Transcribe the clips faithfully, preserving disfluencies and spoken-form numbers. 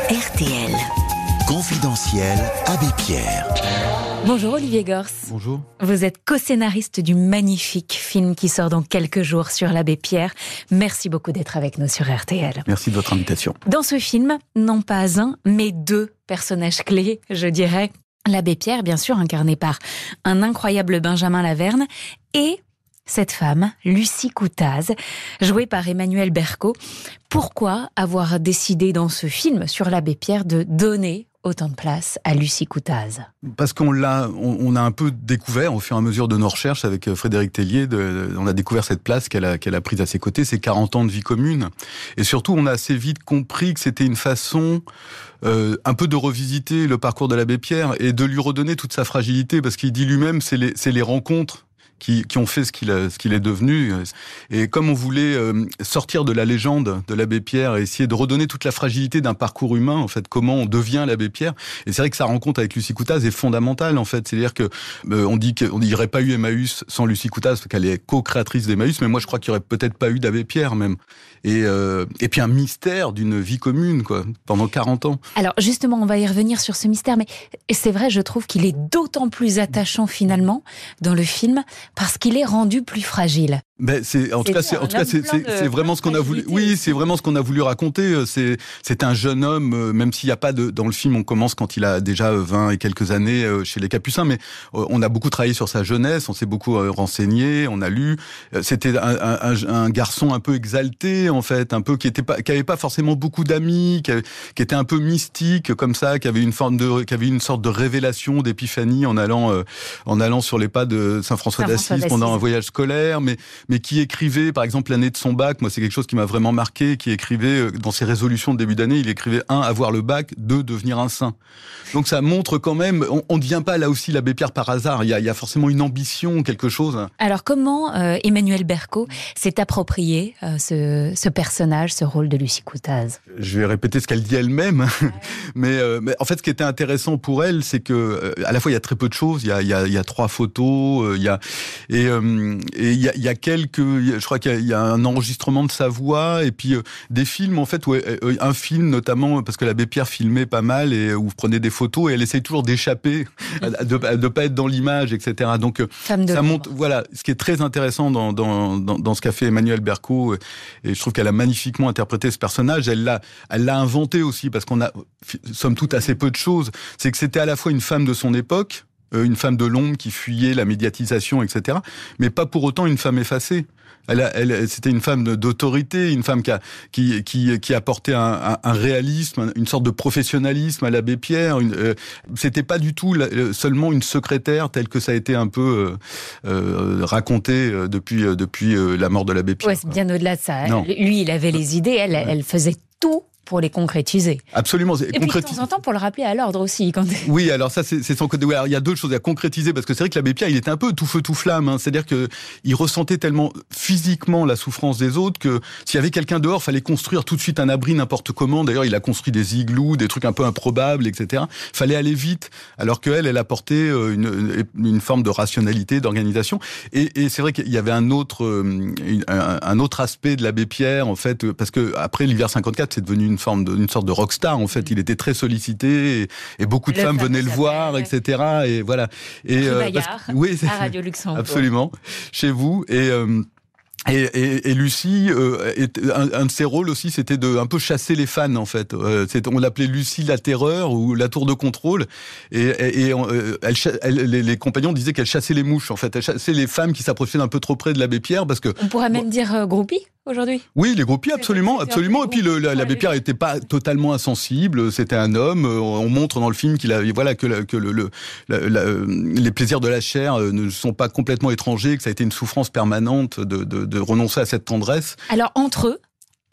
R T L. Confidentiel Abbé Pierre. Bonjour Olivier Gors. Bonjour. Vous êtes co-scénariste du magnifique film qui sort dans quelques jours sur l'Abbé Pierre. Merci beaucoup d'être avec nous sur R T L. Merci de votre invitation. Dans ce film, non pas un, mais deux personnages clés, je dirais. L'Abbé Pierre, bien sûr, incarné par un incroyable Benjamin Laverne, et cette femme, Lucie Coutaz, jouée par Emmanuelle Berco. Pourquoi avoir décidé dans ce film sur l'Abbé Pierre de donner autant de place à Lucie Coutaz? Parce qu'on l'a, on, on a un peu découvert au fur et à mesure de nos recherches avec Frédéric Tellier, de, de, on a découvert cette place qu'elle a, qu'elle a prise à ses côtés, ces quarante ans de vie commune. Et surtout, on a assez vite compris que c'était une façon euh, un peu de revisiter le parcours de l'Abbé Pierre et de lui redonner toute sa fragilité, parce qu'il dit lui-même, c'est les, c'est les rencontres Qui, qui ont fait ce qu'il, a, ce qu'il est devenu. Et comme on voulait euh, sortir de la légende de l'Abbé Pierre et essayer de redonner toute la fragilité d'un parcours humain, en fait, comment on devient l'Abbé Pierre. Et c'est vrai que sa rencontre avec Lucie Coutaz est fondamentale, en fait. C'est-à-dire que euh, on dit qu'on n'y aurait pas eu Emmaüs sans Lucie Coutaz, parce qu'elle est co-créatrice d'Emmaüs, mais moi je crois qu'il n'y aurait peut-être pas eu d'Abbé Pierre même. Et, euh, et puis un mystère d'une vie commune, quoi, pendant quarante ans. Alors justement, on va y revenir sur ce mystère, mais c'est vrai, je trouve qu'il est d'autant plus attachant finalement dans le film, parce qu'il est rendu plus fragile. Ben c'est en tout cas c'est en tout cas c'est c'est, c'est vraiment ce qu'on a voulu oui c'est vraiment ce qu'on a voulu raconter. C'est c'est un jeune homme, même s'il n'y a pas de dans le film, on commence quand il a déjà vingt et quelques années chez les Capucins, mais on a beaucoup travaillé sur sa jeunesse, on s'est beaucoup renseigné, on a lu. C'était un, un, un garçon un peu exalté, en fait, un peu qui était pas qui avait pas forcément beaucoup d'amis, qui, qui était un peu mystique comme ça, qui avait une forme de qui avait une sorte de révélation, d'épiphanie en allant euh, en allant sur les pas de Saint François d'Assise pendant un voyage scolaire, mais mais qui écrivait, par exemple, l'année de son bac, moi c'est quelque chose qui m'a vraiment marqué, qui écrivait, dans ses résolutions de début d'année, il écrivait un, avoir le bac, deux, devenir un saint. Donc ça montre quand même, on ne devient pas là aussi l'Abbé Pierre par hasard, il y a, il y a forcément une ambition, quelque chose. Alors comment euh, Emmanuelle Berco s'est approprié euh, ce, ce personnage, ce rôle de Lucie Coutaz? Je vais répéter ce qu'elle dit elle-même, ouais. mais, euh, mais en fait ce qui était intéressant pour elle, c'est que euh, à la fois il y a très peu de choses, il y a, il y a, il y a trois photos, euh, il y a, et, euh, et il y a, il y a quelques je crois qu'il y a un enregistrement de sa voix, et puis euh, des films, en fait, où, euh, un film notamment, parce que l'Abbé Pierre filmait pas mal, et où vous prenez des photos, et elle essaye toujours d'échapper, de ne pas être dans l'image, et cetera. Donc, euh, ça montre, voilà, ce qui est très intéressant dans, dans, dans, dans ce qu'a fait Emmanuelle Berco, et je trouve qu'elle a magnifiquement interprété ce personnage, elle l'a, elle l'a inventé aussi, parce qu'on a, somme toute, assez peu de choses, c'est que c'était à la fois une femme de son époque, une femme de l'ombre qui fuyait la médiatisation, et cetera, mais pas pour autant une femme effacée. Elle, a, elle, c'était une femme d'autorité, une femme qui a, qui, qui, qui apportait un, un, un réalisme, une sorte de professionnalisme à l'Abbé Pierre. Une, euh, c'était pas du tout la, seulement une secrétaire telle que ça a été un peu euh, euh, raconté depuis, depuis euh, la mort de l'Abbé Pierre. Ouais, c'est bien au-delà de ça. Non. Lui, il avait les idées, elle, elle faisait tout pour les concrétiser. Absolument. Et puis de temps en temps pour le rappeler à l'ordre aussi. Quand... Oui, alors ça c'est, c'est son côté. Alors, il y a deux choses à concrétiser, parce que c'est vrai que l'Abbé Pierre, il était un peu tout feu tout flamme. Hein. C'est-à-dire que il ressentait tellement physiquement la souffrance des autres que s'il y avait quelqu'un dehors, fallait construire tout de suite un abri n'importe comment. D'ailleurs, il a construit des igloos, des trucs un peu improbables, et cetera. Fallait aller vite, alors qu'elle, elle apportait une, une forme de rationalité, d'organisation. Et, et c'est vrai qu'il y avait un autre, un, un autre aspect de l'Abbé Pierre, en fait, parce que après l'hiver cinquante-quatre, c'est devenu une Une forme de, une sorte de rockstar, en fait. Il était très sollicité, et, et beaucoup de le femmes venaient le voir, ouais. et cetera. Et voilà. Et euh, parce, oui, à Radio Luxembourg. Absolument. Chez vous. Et euh, Et, et, et Lucie, euh, est, un, un de ses rôles aussi, c'était de un peu chasser les fans, en fait. Euh, c'est, on l'appelait Lucie la terreur ou la tour de contrôle. Et, et, et euh, elle, elle, les, les compagnons disaient qu'elle chassait les mouches, en fait. Elle chassait les femmes qui s'approchaient d'un peu trop près de l'abbé Pierre, parce que on pourrait même bon, dire euh, groupie aujourd'hui. Oui, les groupies, absolument, absolument. Et puis le, l'abbé Pierre n'était pas totalement insensible. C'était un homme. On montre dans le film qu'il a, voilà, que, la, que le, le, la, la, les plaisirs de la chair ne sont pas complètement étrangers, que ça a été une souffrance permanente de, de, de renoncer à cette tendresse. Alors entre eux,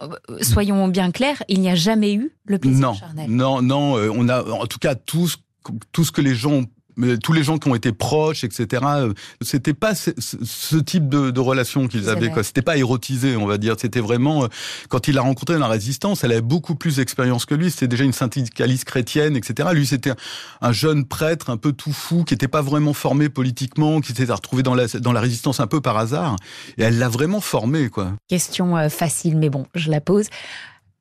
soyons bien clairs, il n'y a jamais eu le plaisir non, charnel. Non, non. On a, en tout cas, tout ce, tout ce que les gens Mais tous les gens qui ont été proches, et cetera, c'était pas ce, ce type de, de relation qu'ils avaient, quoi. C'était pas érotisé, on va dire. C'était vraiment, quand il l'a rencontré dans la Résistance, elle avait beaucoup plus d'expérience que lui. C'était déjà une syndicaliste chrétienne, et cetera. Lui, c'était un jeune prêtre un peu tout fou, qui était pas vraiment formé politiquement, qui s'était retrouvé dans la, dans la Résistance un peu par hasard. Et elle l'a vraiment formé, quoi. Question facile, mais bon, je la pose.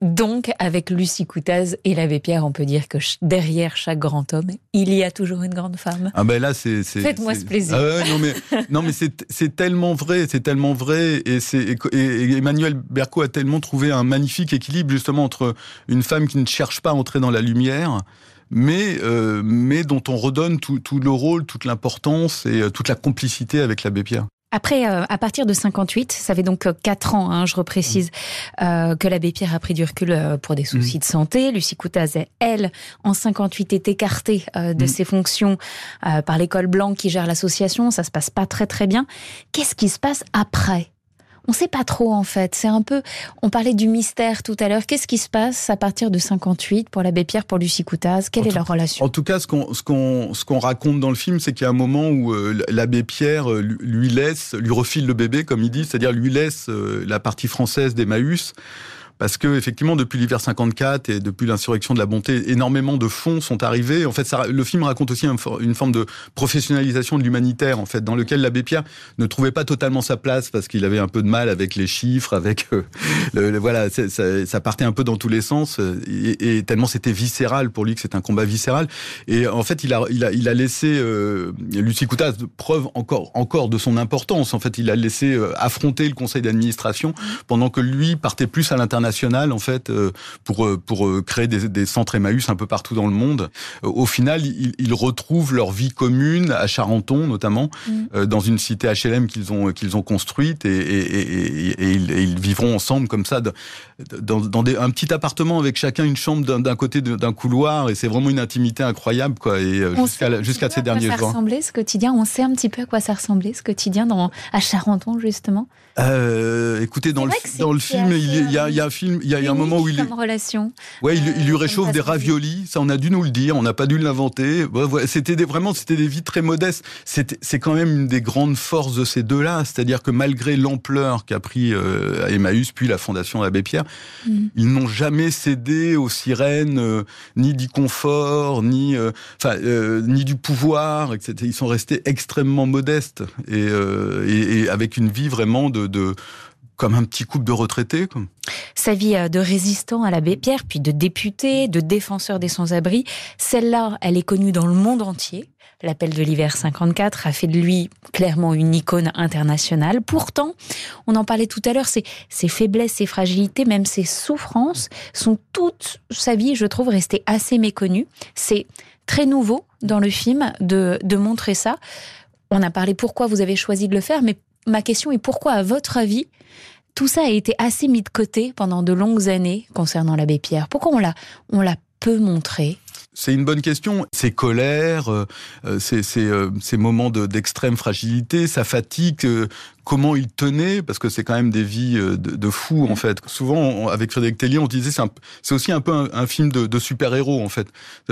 Donc, avec Lucie Coutaz et l'abbé Pierre, on peut dire que ch- derrière chaque grand homme, il y a toujours une grande femme. Ah ben là, c'est... c'est Faites-moi c'est... ce plaisir. Ah ouais, non mais, non, mais c'est, c'est tellement vrai, c'est tellement vrai. Et, c'est, et, et Emmanuel Berco a tellement trouvé un magnifique équilibre justement entre une femme qui ne cherche pas à entrer dans la lumière, mais, euh, mais dont on redonne tout, tout le rôle, toute l'importance et euh, toute la complicité avec l'abbé Pierre. Après, euh, à partir de cinquante-huit, ça fait donc quatre ans, hein, je reprécise, euh, que l'abbé Pierre a pris du recul euh, pour des soucis mmh. de santé. Lucie Coutaz, elle, en cinquante-huit, est écartée euh, de mmh. ses fonctions euh, par l'école Blanc qui gère l'association. Ça se passe pas très très bien. Qu'est-ce qui se passe après ? On sait pas trop en fait. C'est un peu. On parlait du mystère tout à l'heure. Qu'est-ce qui se passe à partir de cinquante-huit pour l'abbé Pierre, pour Lucie Coutaz ? Quelle en est tout, leur relation ? En tout cas, ce qu'on ce qu'on ce qu'on raconte dans le film, c'est qu'il y a un moment où euh, l'abbé Pierre lui laisse, lui refile le bébé, comme il dit, c'est-à-dire lui laisse euh, la partie française d'Emmaüs. Parce que effectivement, depuis l'hiver cinquante-quatre et depuis l'insurrection de la bonté, énormément de fonds sont arrivés. En fait, ça, le film raconte aussi un, une forme de professionnalisation de l'humanitaire, en fait, dans lequel l'abbé Pierre ne trouvait pas totalement sa place parce qu'il avait un peu de mal avec les chiffres, avec euh, le, le, voilà, ça, ça partait un peu dans tous les sens, et, et tellement c'était viscéral pour lui que c'est un combat viscéral. Et en fait, il a, il a, il a laissé euh, Lucie Coutaz preuve encore, encore de son importance. En fait, il a laissé euh, affronter le conseil d'administration pendant que lui partait plus à l'international. En fait, euh, pour pour euh, créer des, des centres Emmaüs un peu partout dans le monde. Euh, au final, ils, ils retrouvent leur vie commune à Charenton, notamment, mmh. euh, dans une cité H L M qu'ils ont qu'ils ont construite, et, et, et, et, et, ils, et ils vivront ensemble comme ça, dans, dans des, un petit appartement avec chacun une chambre d'un, d'un côté de, d'un couloir, et c'est vraiment une intimité incroyable, quoi. Et euh, jusqu'à la, jusqu'à ces derniers jours. Ça ressemblait ce quotidien. On sait un petit peu à quoi ça ressemblait ce quotidien dans à Charenton, justement. Euh, écoutez, dans le, dans le film, il y a, il y a un film, il y a, il y a un moment où il comme relation. Ouais, il, il lui euh, réchauffe des raviolis. Ça, on a dû nous le dire. On n'a pas dû l'inventer. C'était des, vraiment, c'était des vies très modestes. C'était, c'est quand même une des grandes forces de ces deux-là. C'est-à-dire que malgré l'ampleur qu'a pris euh, Emmaüs, puis la fondation Abbé Pierre, mmh. ils n'ont jamais cédé aux sirènes, euh, ni du confort, ni, enfin, euh, euh, ni du pouvoir, et cetera. Ils sont restés extrêmement modestes et, euh, et, et avec une vie vraiment de De, comme un petit couple de retraités. Comme. Sa vie de résistant à l'abbé Pierre, puis de député, de défenseur des sans-abri, celle-là, elle est connue dans le monde entier. L'appel de l'hiver cinquante-quatre a fait de lui clairement une icône internationale. Pourtant, on en parlait tout à l'heure, ses, ses faiblesses, ses fragilités, même ses souffrances, sont toute sa vie, je trouve, restées assez méconnues. C'est très nouveau dans le film de, de montrer ça. On a parlé pourquoi vous avez choisi de le faire, mais ma question est pourquoi, à votre avis, tout ça a été assez mis de côté pendant de longues années concernant l'abbé Pierre ? Pourquoi on l'a, on l'a peu montré ? C'est une bonne question. Ces colères, euh, ces, ces, euh, ces moments de, d'extrême fragilité, sa fatigue, euh, comment il tenait, parce que c'est quand même des vies de, de fous, en fait. Souvent, on, avec Frédéric Tellier, on disait c'est, un, c'est aussi un peu un, un film de, de super-héros, en fait.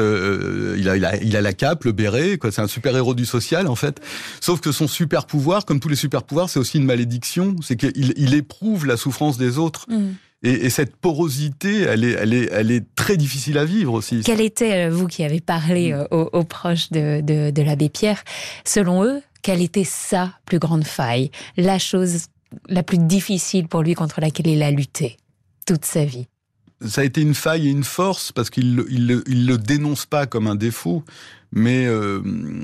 Euh, il, a, il, a, il a la cape, le béret, quoi. C'est un super-héros du social, en fait. Sauf que son super-pouvoir, comme tous les super-pouvoirs, c'est aussi une malédiction. C'est qu'il il éprouve la souffrance des autres. Mmh. Et, et cette porosité, elle est, elle, est, elle est très difficile à vivre aussi. Quelle était, vous qui avez parlé euh, aux, aux proches de, de, de l'abbé Pierre, selon eux, quelle était sa plus grande faille, la chose la plus difficile pour lui contre laquelle il a lutté toute sa vie ? Ça a été une faille et une force, parce qu'il il, il le dénonce pas comme un défaut, mais... Euh,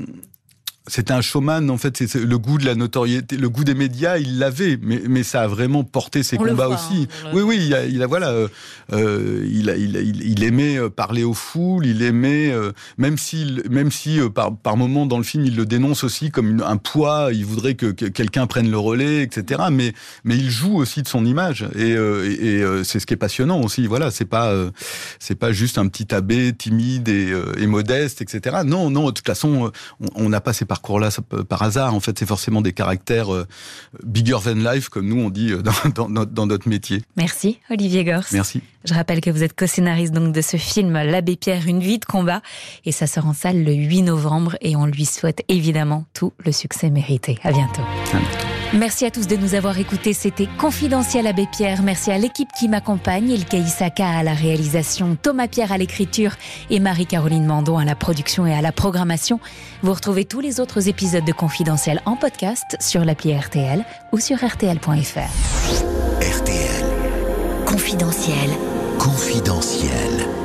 c'était un showman, en fait, c'est le goût de la notoriété, le goût des médias, il l'avait, mais, mais ça a vraiment porté ses on combats voit, aussi. Hein, oui, oui, il a, il a voilà, euh, il, a, il, a, il, il aimait parler aux foules, il aimait, euh, même si, même si euh, par, par moments dans le film, il le dénonce aussi comme une, un poids, il voudrait que, que quelqu'un prenne le relais, et cetera. Mais, mais il joue aussi de son image, et, euh, et, et euh, c'est ce qui est passionnant aussi. Voilà, c'est pas, euh, c'est pas juste un petit abbé timide et, euh, et modeste, et cetera. Non, non, de toute façon, on n'a pas ces parcours-là par hasard. En fait, c'est forcément des caractères euh, bigger than life, comme nous on dit dans, dans, dans notre métier. Merci Olivier Gors. Merci. Je rappelle que vous êtes co-scénariste donc de ce film L'Abbé Pierre, une vie de combat, et ça sort en salle le huit novembre, et on lui souhaite évidemment tout le succès mérité. À bientôt. À bientôt. Merci à tous de nous avoir écoutés. C'était Confidentiel Abbé Pierre. Merci à l'équipe qui m'accompagne, Ilkay Saka à la réalisation, Thomas Pierre à l'écriture et Marie-Caroline Mandon à la production et à la programmation. Vous retrouvez tous les autres épisodes de Confidentiel en podcast sur l'appli R T L ou sur R T L point F R. R T L. Confidentiel. Confidentiel.